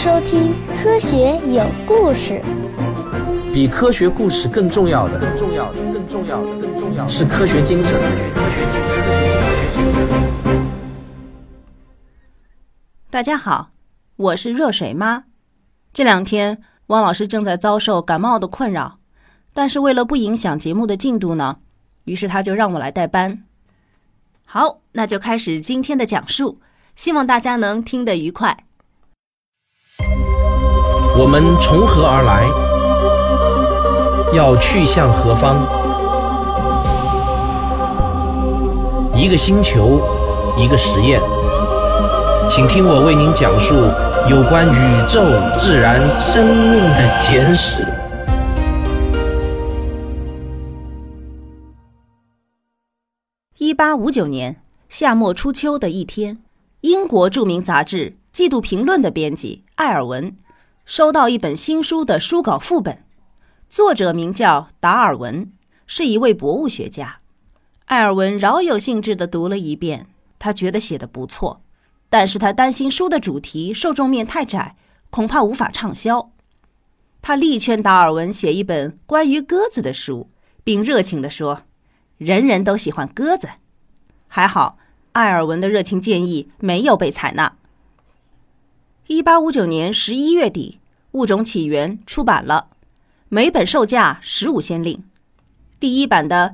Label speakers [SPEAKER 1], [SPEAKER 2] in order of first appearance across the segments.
[SPEAKER 1] 收听科学有故事。
[SPEAKER 2] 比科学故事更重要的是科学精神。
[SPEAKER 3] 大家好，我是热水妈。这两天汪老师正在遭受感冒的困扰，但是为了不影响节目的进度呢，于是他就让我来代班。好，那就开始今天的讲述，希望大家能听得愉快。
[SPEAKER 2] 我们从何而来？要去向何方？一个星球，一个实验，请听我为您讲述有关宇宙、自然、生命的简史。
[SPEAKER 3] 1859年夏末初秋的一天，英国著名杂志《季度评论》的编辑艾尔文收到一本新书的书稿副本，作者名叫达尔文，是一位博物学家。艾尔文饶有兴致地读了一遍，他觉得写得不错，但是他担心书的主题受众面太窄，恐怕无法畅销。他力劝达尔文写一本关于鸽子的书，并热情地说，人人都喜欢鸽子。还好，艾尔文的热情建议没有被采纳。1859年11月底，《物种起源》出版了，每本售价15先令。第一版的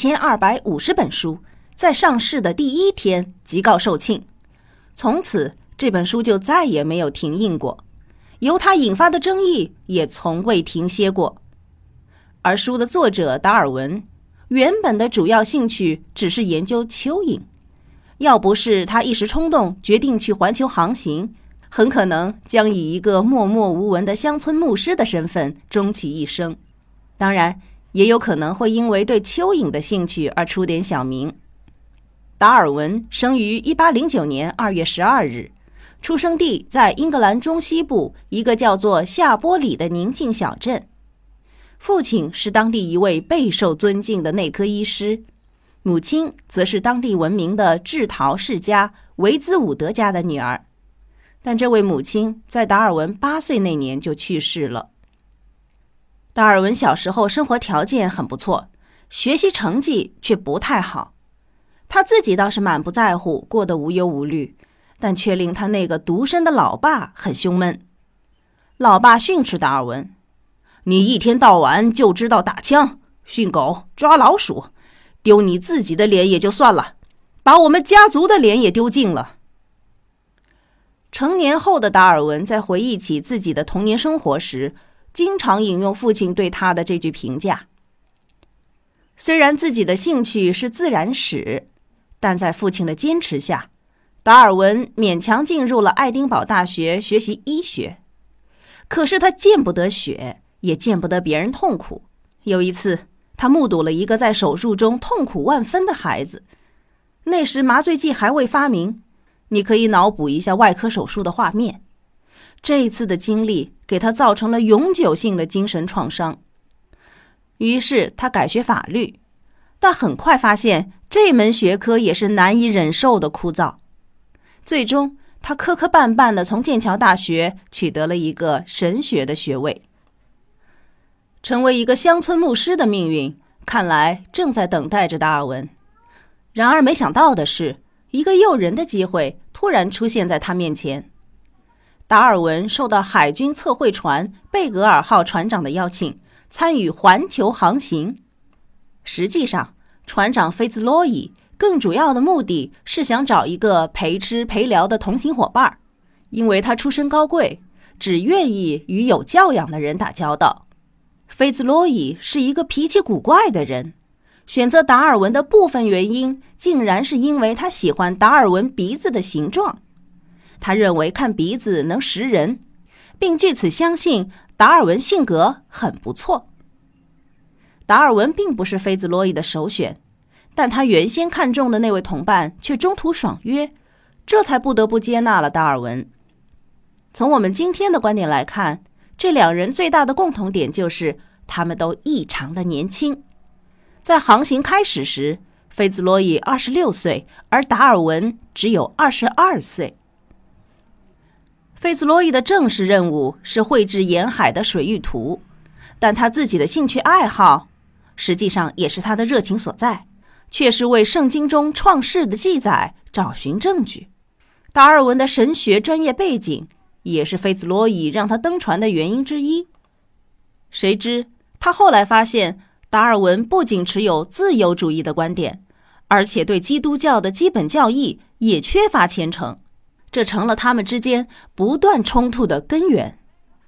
[SPEAKER 3] 1250本书在上市的第一天即告售罄，从此这本书就再也没有停印过，由它引发的争议也从未停歇过。而书的作者达尔文原本的主要兴趣只是研究蚯蚓，要不是他一时冲动决定去环球航行，很可能将以一个默默无闻的乡村牧师的身份终其一生。当然，也有可能会因为对蚯蚓的兴趣而出点小名。达尔文生于1809年2月12日，出生地在英格兰中西部一个叫做夏波里的宁静小镇。父亲是当地一位备受尊敬的内科医师，母亲则是当地闻名的制陶世家维兹伍德家的女儿。但这位母亲在达尔文8岁那年就去世了。达尔文小时候生活条件很不错，学习成绩却不太好。他自己倒是满不在乎，过得无忧无虑，但却令他那个独生的老爸很胸闷。老爸训斥达尔文，你一天到晚就知道打枪、训狗、抓老鼠，丢你自己的脸也就算了，把我们家族的脸也丢尽了。成年后的达尔文在回忆起自己的童年生活时，经常引用父亲对他的这句评价。虽然自己的兴趣是自然史，但在父亲的坚持下，达尔文勉强进入了爱丁堡大学学习医学。可是他见不得血，也见不得别人痛苦。有一次，他目睹了一个在手术中痛苦万分的孩子。那时麻醉剂还未发明，你可以脑补一下外科手术的画面。这一次的经历给他造成了永久性的精神创伤。于是他改学法律，但很快发现这门学科也是难以忍受的枯燥。最终他磕磕绊绊地从剑桥大学取得了一个神学的学位。成为一个乡村牧师的命运看来正在等待着达尔文。然而没想到的是，一个诱人的机会突然出现在他面前。达尔文受到海军测绘船贝格尔号船长的邀请，参与环球航行。实际上，船长菲兹罗伊更主要的目的是想找一个陪吃陪聊的同行伙伴，因为他出身高贵，只愿意与有教养的人打交道。菲兹罗伊是一个脾气古怪的人，选择达尔文的部分原因竟然是因为他喜欢达尔文鼻子的形状。他认为看鼻子能识人，并据此相信达尔文性格很不错。达尔文并不是菲兹罗伊的首选，但他原先看中的那位同伴却中途爽约，这才不得不接纳了达尔文。从我们今天的观点来看，这两人最大的共同点就是他们都异常的年轻。在航行开始时，菲兹罗伊26岁，而达尔文只有22岁。 费兹罗伊的正式任务是绘制沿海的水域图，但他自己的兴趣爱好，实际上也是他的热情所在，却是为圣经中创世的记载找寻证据。达尔文的神学专业背景也是费兹罗伊让他登船的原因之一。谁知他后来发现，达尔文不仅持有自由主义的观点，而且对基督教的基本教义也缺乏虔诚，这成了他们之间不断冲突的根源。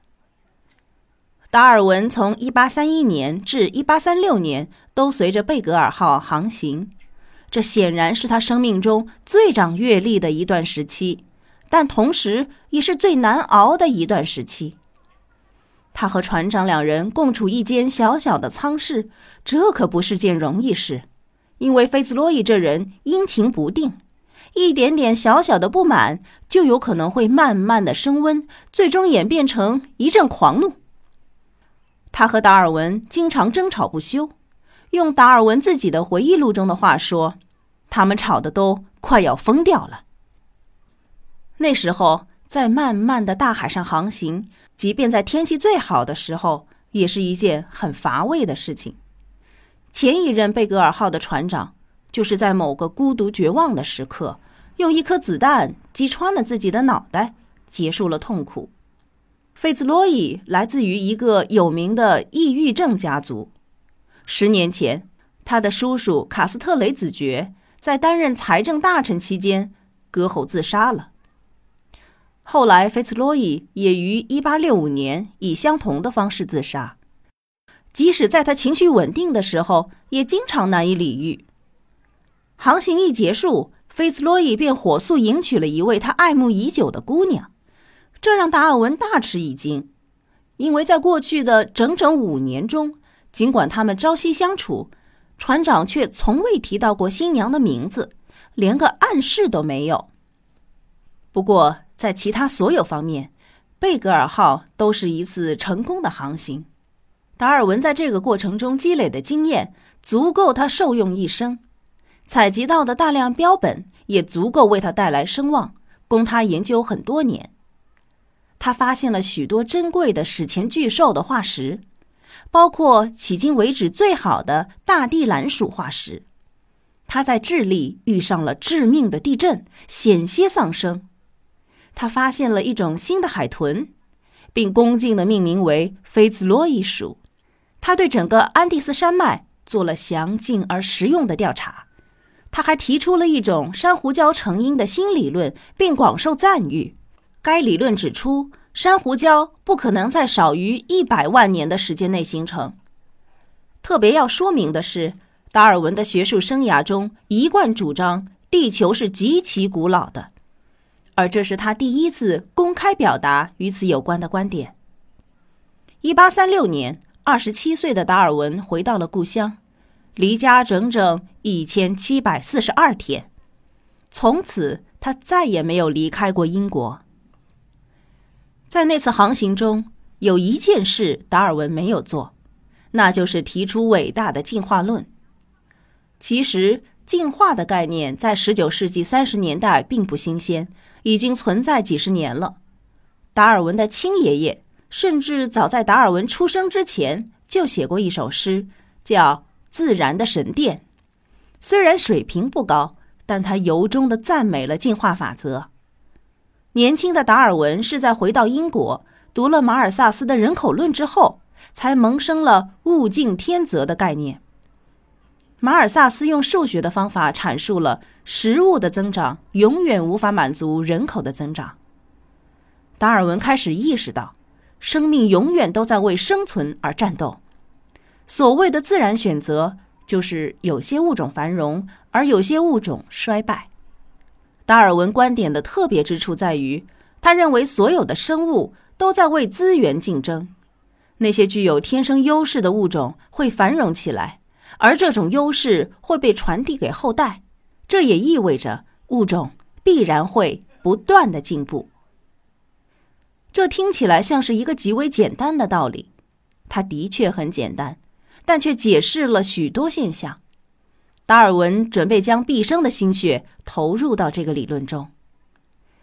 [SPEAKER 3] 达尔文从1831年至1836年都随着贝格尔号航行，这显然是他生命中最长阅历的一段时期，但同时也是最难熬的一段时期。他和船长两人共处一间小小的舱室，这可不是件容易事，因为费兹罗伊这人阴晴不定，一点点小小的不满就有可能会慢慢的升温，最终演变成一阵狂怒。他和达尔文经常争吵不休，用达尔文自己的回忆录中的话说，他们吵得都快要疯掉了。那时候在漫漫的大海上航行，即便在天气最好的时候，也是一件很乏味的事情。前一任贝格尔号的船长就是在某个孤独绝望的时刻，用一颗子弹击穿了自己的脑袋，结束了痛苦。费兹罗伊来自于一个有名的抑郁症家族。10年前，他的叔叔卡斯特雷子爵在担任财政大臣期间割喉自杀了。后来费兹罗伊也于1865年以相同的方式自杀。即使在他情绪稳定的时候，也经常难以理喻。航行一结束，费兹罗伊便火速迎娶了一位他爱慕已久的姑娘，这让达尔文大吃一惊，因为在过去的整整5年中，尽管他们朝夕相处，船长却从未提到过新娘的名字，连个暗示都没有。不过在其他所有方面，贝格尔号都是一次成功的航行。达尔文在这个过程中积累的经验足够他受用一生，采集到的大量标本也足够为他带来声望，供他研究很多年。他发现了许多珍贵的史前巨兽的化石，包括迄今为止最好的大地蓝属化石。他在智利遇上了致命的地震，险些丧生。他发现了一种新的海豚，并恭敬地命名为菲兹罗伊属。他对整个安第斯山脉做了详尽而实用的调查。他还提出了一种珊瑚礁成因的新理论，并广受赞誉。该理论指出，珊瑚礁不可能在少于100万年的时间内形成。特别要说明的是，达尔文的学术生涯中一贯主张地球是极其古老的，而这是他第一次公开表达与此有关的观点。1836年，27岁的达尔文回到了故乡，离家整整1742天。从此，他再也没有离开过英国。在那次航行中，有一件事达尔文没有做，那就是提出伟大的进化论。其实，进化的概念在19世纪30年代并不新鲜，已经存在几十年了。达尔文的亲爷爷甚至早在达尔文出生之前就写过一首诗，叫《自然的神殿》。虽然水平不高，但他由衷地赞美了进化法则。年轻的达尔文是在回到英国，读了马尔萨斯的人口论之后，才萌生了物竞天择的概念。马尔萨斯用数学的方法阐述了食物的增长永远无法满足人口的增长。达尔文开始意识到，生命永远都在为生存而战斗。所谓的自然选择，就是有些物种繁荣，而有些物种衰败。达尔文观点的特别之处在于，他认为所有的生物都在为资源竞争。那些具有天生优势的物种会繁荣起来，而这种优势会被传递给后代，这也意味着物种必然会不断的进步。这听起来像是一个极为简单的道理，它的确很简单，但却解释了许多现象。达尔文准备将毕生的心血投入到这个理论中。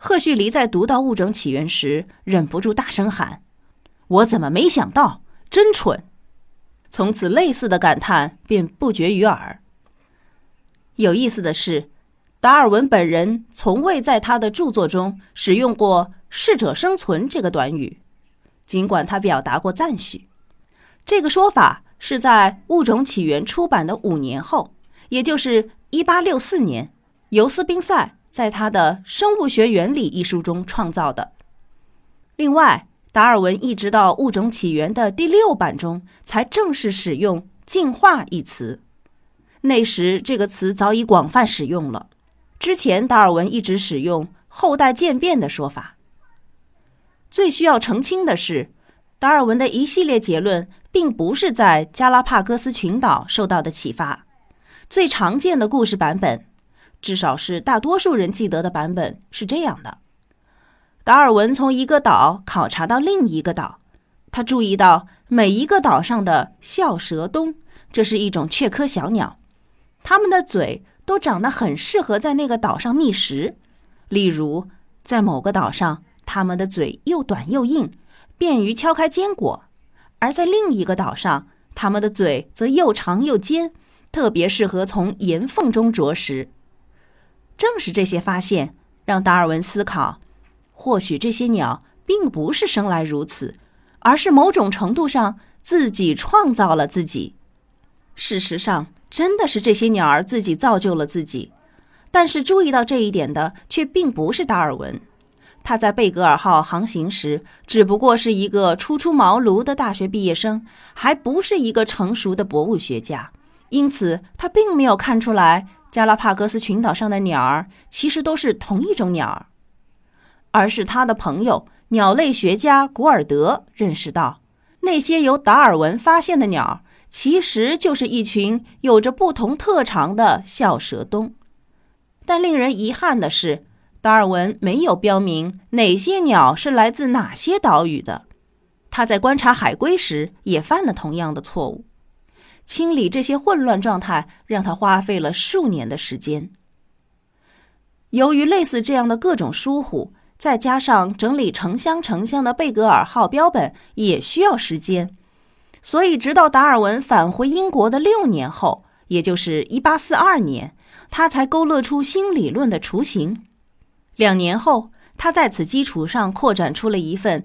[SPEAKER 3] 赫胥黎在读到物种起源时，忍不住大声喊：“我怎么没想到，真蠢！”从此类似的感叹便不绝于耳。有意思的是，达尔文本人从未在他的著作中使用过适者生存这个短语，尽管他表达过赞许。这个说法是在《物种起源》出版的5年后，也就是1864年，尤斯宾塞在他的《生物学原理》一书中创造的。另外，达尔文一直到《物种起源》的第6版中才正式使用“进化”一词。那时这个词早已广泛使用了，之前达尔文一直使用后代渐变的说法。最需要澄清的是，达尔文的一系列结论并不是在加拉帕戈斯群岛受到的启发。最常见的故事版本，至少是大多数人记得的版本，是这样的：达尔文从一个岛考察到另一个岛，他注意到每一个岛上的笑舌东，这是一种雀科小鸟，它们的嘴都长得很适合在那个岛上觅食。例如，在某个岛上，它们的嘴又短又硬，便于敲开坚果；而在另一个岛上，它们的嘴则又长又尖，特别适合从岩缝中啄食。正是这些发现让达尔文思考，或许这些鸟并不是生来如此，而是某种程度上自己创造了自己。事实上，真的是这些鸟儿自己造就了自己，但是注意到这一点的却并不是达尔文。他在贝格尔号航行时只不过是一个初出茅庐的大学毕业生，还不是一个成熟的博物学家，因此他并没有看出来加拉帕戈斯群岛上的鸟儿其实都是同一种鸟儿，而是他的朋友鸟类学家古尔德认识到，那些由达尔文发现的鸟其实就是一群有着不同特长的笑舌东。但令人遗憾的是，达尔文没有标明哪些鸟是来自哪些岛屿的。他在观察海龟时也犯了同样的错误。清理这些混乱状态让他花费了数年的时间。由于类似这样的各种疏忽，再加上整理成箱成箱的贝格尔号标本也需要时间，所以直到达尔文返回英国的6年后，也就是1842年，他才勾勒出新理论的雏形。2年后，他在此基础上扩展出了一份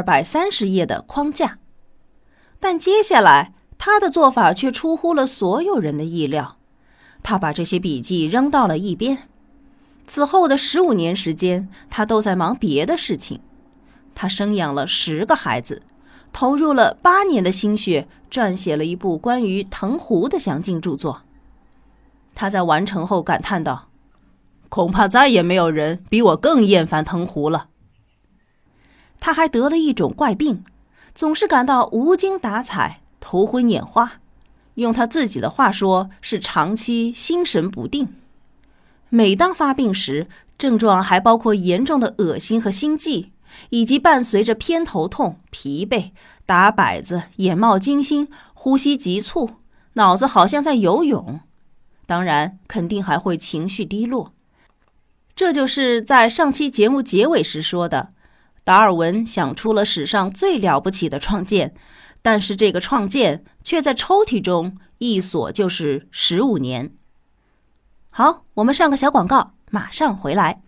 [SPEAKER 3] 230页的框架。但接下来他的做法却出乎了所有人的意料，他把这些笔记扔到了一边。此后的15年时间，他都在忙别的事情。他生养了10个孩子，投入了8年的心血，撰写了一部关于藤壶的详尽著作。他在完成后感叹道：“恐怕再也没有人比我更厌烦藤壶了。”他还得了一种怪病，总是感到无精打采，头昏眼花，用他自己的话说，是长期心神不定。每当发病时，症状还包括严重的恶心和心悸，以及伴随着偏头痛、疲惫、打摆子、眼冒金星、呼吸急促，脑子好像在游泳。当然，肯定还会情绪低落。这就是在上期节目结尾时说的，达尔文想出了史上最了不起的创建，但是这个创建却在抽屉中一锁就是15年。好，我们上个小广告，马上回来。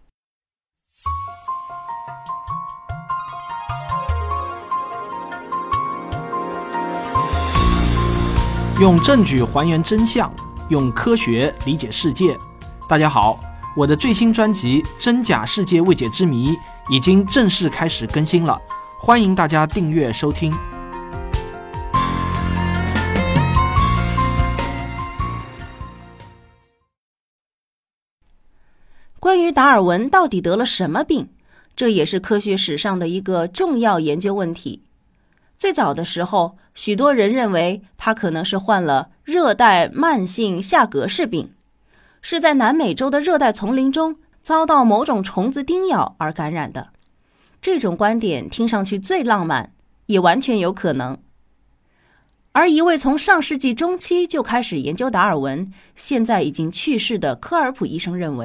[SPEAKER 2] 用证据还原真相，用科学理解世界。大家好，我的最新专辑《真假世界未解之谜》已经正式开始更新了，欢迎大家订阅收听。
[SPEAKER 3] 关于达尔文到底得了什么病，这也是科学史上的一个重要研究问题。最早的时候，许多人认为他可能是患了热带慢性夏格氏病，是在南美洲的热带丛林中遭到某种虫子叮咬而感染的。这种观点听上去最浪漫，也完全有可能。而一位从上世纪中期就开始研究达尔文，现在已经去世的科尔普医生认为，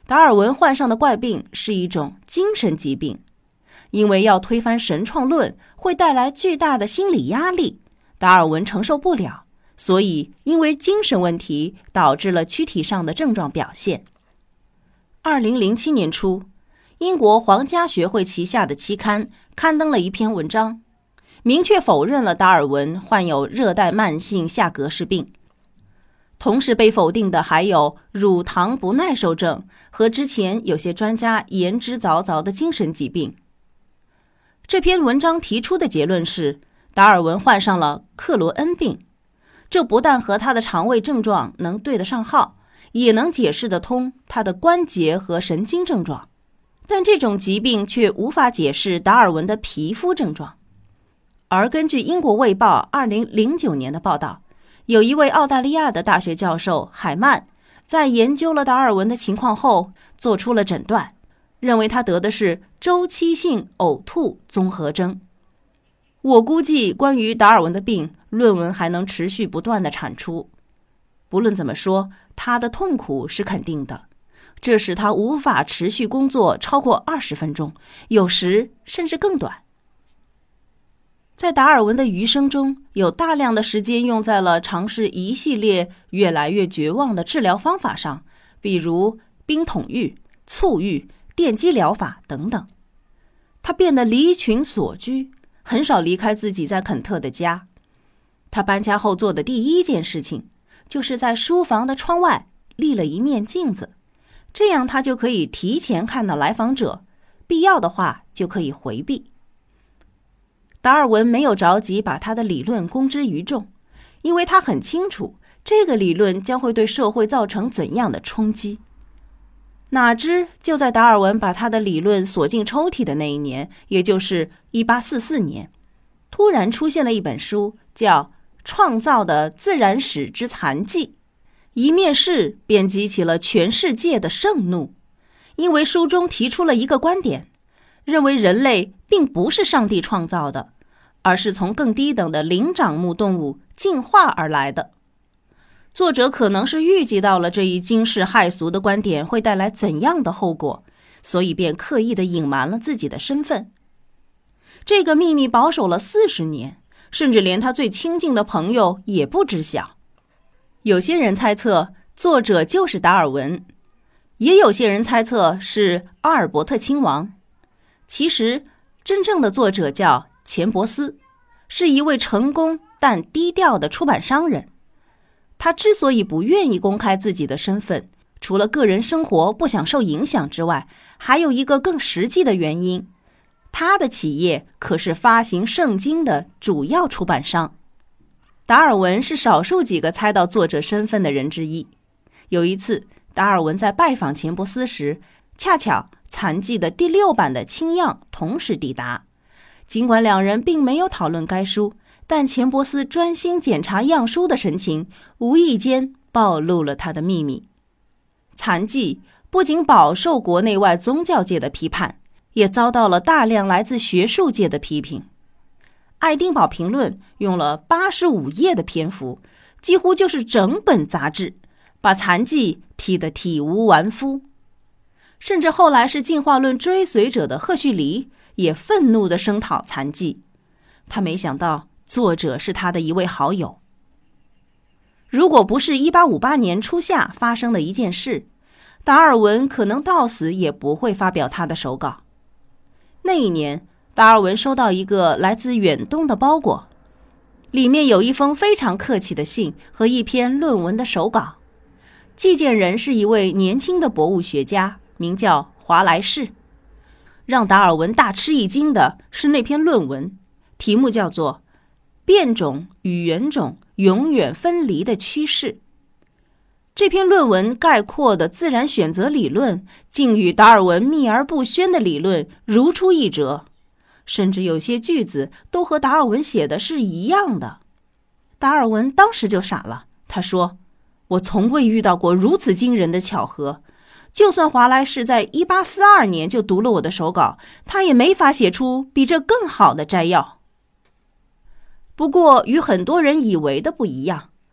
[SPEAKER 3] 达尔文患上的怪病是一种精神疾病，因为要推翻神创论会带来巨大的心理压力，达尔文承受不了，所以因为精神问题导致了躯体上的症状表现。2007年初，英国皇家学会旗下的期刊刊登了一篇文章，明确否认了达尔文患有热带慢性下颌氏病。同时被否定的还有乳糖不耐受症和之前有些专家言之凿凿的精神疾病。这篇文章提出的结论是，达尔文患上了克罗恩病，这不但和他的肠胃症状能对得上号，也能解释得通他的关节和神经症状，但这种疾病却无法解释达尔文的皮肤症状。而根据英国卫报2009年的报道，有一位澳大利亚的大学教授海曼在研究了达尔文的情况后做出了诊断，认为他得的是周期性呕吐综合征。我估计关于达尔文的病，论文还能持续不断地产出。不论怎么说，他的痛苦是肯定的，这使他无法持续工作超过20分钟，有时甚至更短。在达尔文的余生中，有大量的时间用在了尝试一系列越来越绝望的治疗方法上，比如冰桶浴、醋浴、电击疗法等等。他变得离群索居，很少离开自己在肯特的家。他搬家后做的第一件事情，就是在书房的窗外立了一面镜子，这样他就可以提前看到来访者，必要的话就可以回避。达尔文没有着急把他的理论公之于众，因为他很清楚这个理论将会对社会造成怎样的冲击。哪知就在达尔文把他的理论锁进抽屉的那一年，也就是1844年，突然出现了一本书，叫《创造的自然史之残迹》，一面世便激起了全世界的盛怒，因为书中提出了一个观点，认为人类并不是上帝创造的，而是从更低等的灵长目动物进化而来的。作者可能是预计到了这一惊世骇俗的观点会带来怎样的后果，所以便刻意地隐瞒了自己的身份。这个秘密保守了40年，甚至连他最亲近的朋友也不知晓。有些人猜测作者就是达尔文，也有些人猜测是阿尔伯特亲王。其实真正的作者叫钱伯斯，是一位成功但低调的出版商人。他之所以不愿意公开自己的身份，除了个人生活不想受影响之外，还有一个更实际的原因，他的企业可是发行圣经的主要出版商。达尔文是少数几个猜到作者身份的人之一。有一次，达尔文在拜访钱伯斯时，恰巧残疾的第6版的清样同时抵达。尽管两人并没有讨论该书，但钱伯斯专心检查样书的神情，无意间暴露了他的秘密。残疾不仅饱受国内外宗教界的批判，也遭到了大量来自学术界的批评。爱丁堡评论用了85页的篇幅，几乎就是整本杂志，把残疾批得体无完肤。甚至后来是进化论追随者的赫胥黎也愤怒地声讨残疾，他没想到作者是他的一位好友。如果不是1858年初夏发生的一件事，达尔文可能到死也不会发表他的手稿。那一年，达尔文收到一个来自远东的包裹，里面有一封非常客气的信和一篇论文的手稿。寄件人是一位年轻的博物学家，名叫华莱士。让达尔文大吃一惊的是那篇论文，题目叫做《变种与原种永远分离的趋势》。这篇论文概括的自然选择理论竟与达尔文秘而不宣的理论如出一辙，甚至有些句子都和达尔文写的是一样的。达尔文当时就傻了，他说：“我从未遇到过如此惊人的巧合。就算华莱士在1842年就读了我的手稿，他也没法写出比这更好的摘要。”不过与很多人以为的不一样，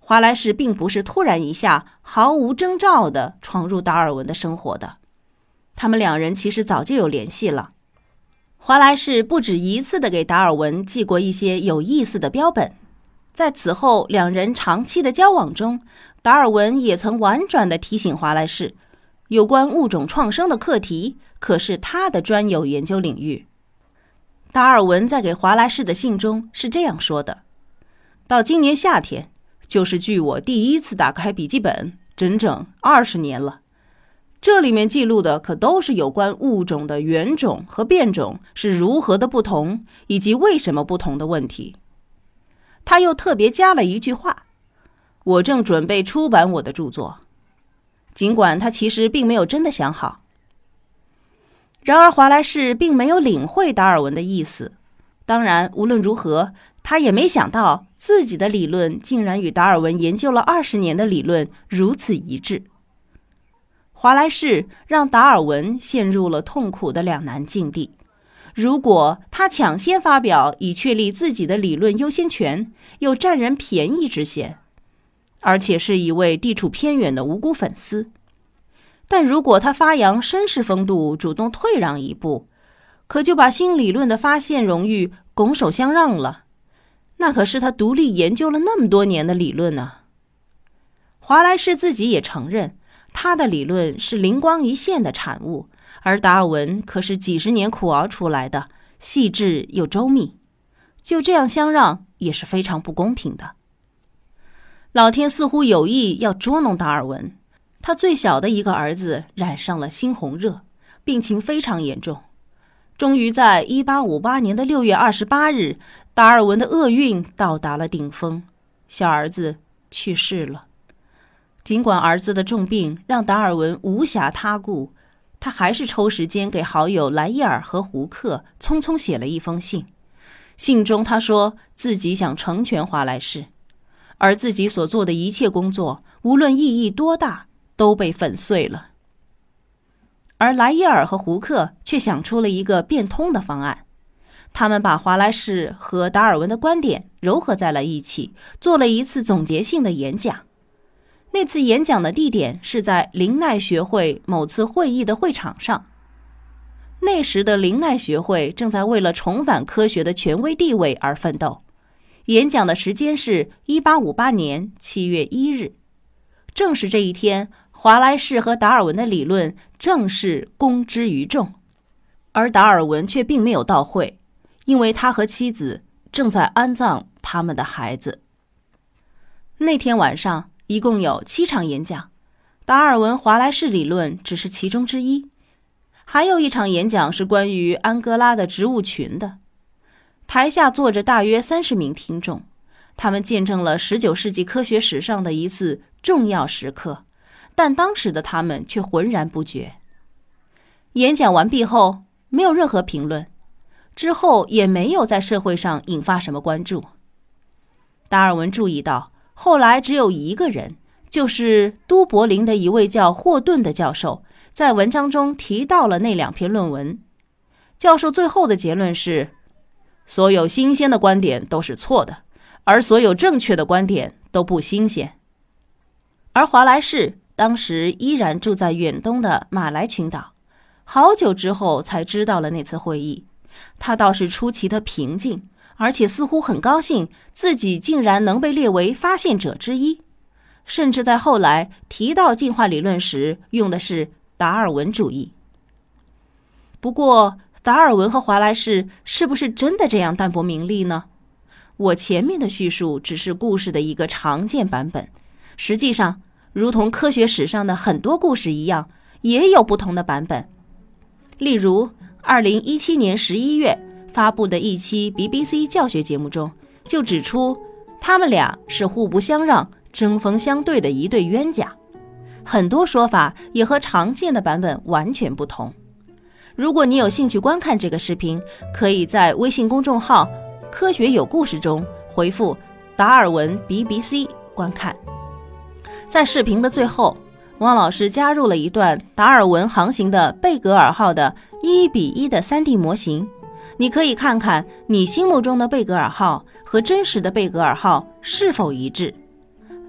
[SPEAKER 3] 华莱士并不是突然一下毫无征兆地闯入达尔文的生活的，他们两人其实早就有联系了。华莱士不止一次地给达尔文寄过一些有意思的标本，在此后两人长期的交往中，达尔文也曾婉转地提醒华莱士，有关物种创生的课题可是他的专有研究领域。达尔文在给华莱士的信中是这样说的：到今年夏天，就是距我第一次打开笔记本整整20年了。这里面记录的可都是有关物种的原种和变种是如何的不同，以及为什么不同的问题。他又特别加了一句话：我正准备出版我的著作。尽管他其实并没有真的想好。然而华莱士并没有领会达尔文的意思，当然无论如何，他也没想到自己的理论竟然与达尔文研究了20年的理论如此一致。华莱士让达尔文陷入了痛苦的两难境地。如果他抢先发表以确立自己的理论优先权，又占人便宜之嫌，而且是一位地处偏远的无辜粉丝。但如果他发扬绅士风度，主动退让一步，可就把新理论的发现荣誉拱手相让了。那可是他独立研究了那么多年的理论呢。华莱士自己也承认，他的理论是灵光一现的产物，而达尔文可是几十年苦熬出来的，细致又周密。就这样相让也是非常不公平的。老天似乎有意要捉弄达尔文，他最小的一个儿子染上了猩红热，病情非常严重。终于在1858年的6月28日，达尔文的厄运到达了顶峰，小儿子去世了。尽管儿子的重病让达尔文无暇他顾，他还是抽时间给好友莱伊尔和胡克匆匆写了一封信。信中他说自己想成全华莱士，而自己所做的一切工作，无论意义多大，都被粉碎了。而莱伊尔和胡克却想出了一个变通的方案，他们把华莱士和达尔文的观点糅合在了一起，做了一次总结性的演讲。那次演讲的地点是在林奈学会某次会议的会场上。那时的林奈学会正在为了重返科学的权威地位而奋斗。演讲的时间是1858年7月1日。正是这一天，华莱士和达尔文的理论正式公之于众。而达尔文却并没有到会，因为他和妻子正在安葬他们的孩子。那天晚上一共有7场演讲，达尔文华莱士理论只是其中之一。还有一场演讲是关于安哥拉的植物群的。台下坐着大约30名听众，他们见证了19世纪科学史上的一次重要时刻，但当时的他们却浑然不觉。演讲完毕后，没有任何评论，之后也没有在社会上引发什么关注。达尔文注意到，后来只有一个人，就是都柏林的一位叫霍顿的教授，在文章中提到了那2篇论文。教授最后的结论是，所有新鲜的观点都是错的，而所有正确的观点都不新鲜。而华莱士当时依然住在远东的马来群岛，好久之后才知道了那次会议。他倒是出奇的平静，而且似乎很高兴自己竟然能被列为发现者之一，甚至在后来提到进化理论时用的是达尔文主义。不过达尔文和华莱士是不是真的这样淡泊名利呢？我前面的叙述只是故事的一个常见版本，实际上如同科学史上的很多故事一样，也有不同的版本。例如2017年11月发布的一期 BBC 教学节目中就指出，他们俩是互不相让、针锋相对的一对冤家。很多说法也和常见的版本完全不同。如果你有兴趣观看这个视频，可以在微信公众号科学有故事中回复达尔文 BBC 观看。在视频的最后，汪老师加入了一段达尔文航行的贝格尔号的1:1的 3D 模型，你可以看看你心目中的贝格尔号和真实的贝格尔号是否一致。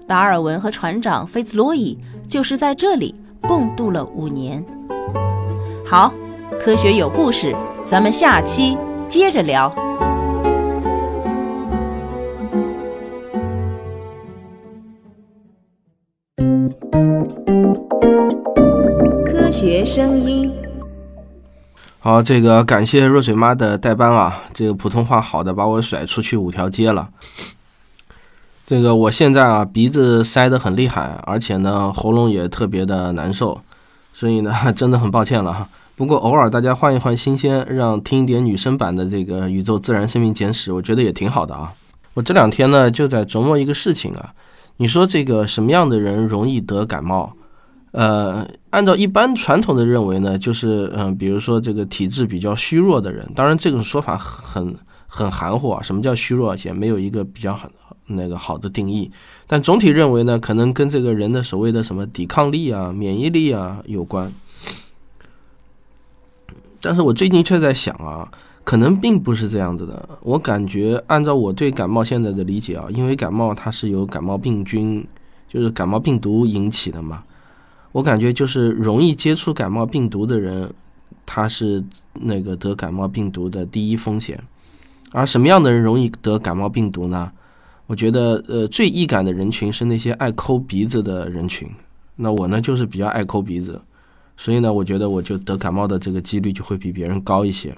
[SPEAKER 3] 达尔文和船长菲茨罗伊就是在这里共度了5年。好，科学有故事，咱们下期接着聊。科学声音。
[SPEAKER 2] 好，这个感谢若水妈的代班啊，这个普通话好的把我甩出去5条街了。这个我现在啊鼻子塞得很厉害，而且呢喉咙也特别的难受，所以呢真的很抱歉了哈。不过偶尔大家换一换新鲜，让听一点女生版的这个宇宙自然生命简史，我觉得也挺好的啊。我这2天呢就在琢磨一个事情啊，你说这个什么样的人容易得感冒？按照一般传统的认为呢，就是比如说这个体质比较虚弱的人，当然这种说法很含糊啊。什么叫虚弱？也没有一个比较好的定义。但总体认为呢，可能跟这个人的所谓的什么抵抗力啊、免疫力啊有关。但是我最近却在想啊，可能并不是这样子的。我感觉按照我对感冒现在的理解啊，因为感冒它是由感冒病菌，就是感冒病毒引起的嘛。我感觉就是容易接触感冒病毒的人，他是那个得感冒病毒的第一风险。而什么样的人容易得感冒病毒呢？我觉得最易感的人群是那些爱抠鼻子的人群。那我呢就是比较爱抠鼻子，所以呢我觉得我就得感冒的这个几率就会比别人高一些。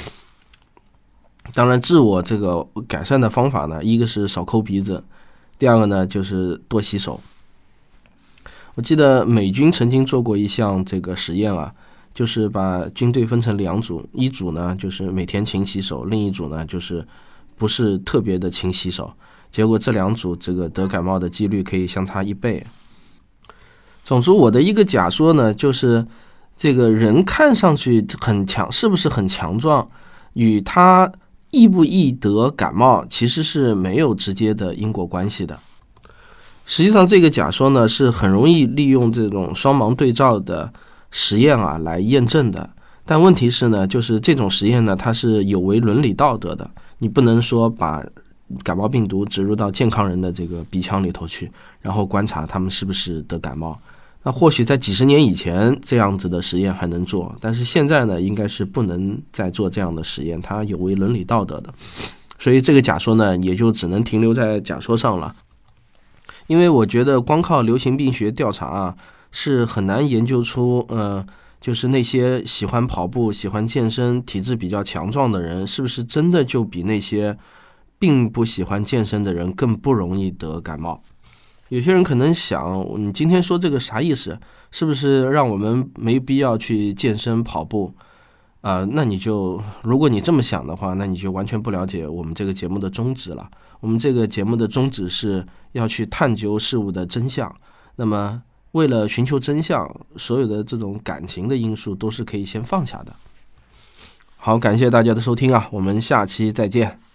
[SPEAKER 2] 当然自我这个改善的方法呢，一个是少抠鼻子，第二个呢就是多洗手。我记得美军曾经做过一项这个实验啊，就是把军队分成2组，一组呢就是每天勤洗手，另一组呢就是不是特别的勤洗手，结果这2组这个得感冒的几率可以相差1倍。总之我的一个假说呢，就是这个人看上去很强，是不是很强壮，与他易不易得感冒其实是没有直接的因果关系的。实际上这个假说呢是很容易利用这种双盲对照的实验啊来验证的，但问题是呢，就是这种实验呢它是有违伦理道德的，你不能说把感冒病毒植入到健康人的这个鼻腔里头去，然后观察他们是不是得感冒。那或许在几十年以前这样子的实验还能做，但是现在呢应该是不能再做这样的实验，它有违伦理道德的。所以这个假说呢也就只能停留在假说上了。因为我觉得光靠流行病学调查啊是很难研究出就是那些喜欢跑步、喜欢健身、体质比较强壮的人，是不是真的就比那些并不喜欢健身的人更不容易得感冒。有些人可能想，你今天说这个啥意思？是不是让我们没必要去健身跑步？那你就，如果你这么想的话，那你就完全不了解我们这个节目的宗旨了。我们这个节目的宗旨是要去探究事物的真相。那么为了寻求真相，所有的这种感情的因素都是可以先放下的。好，感谢大家的收听啊，我们下期再见。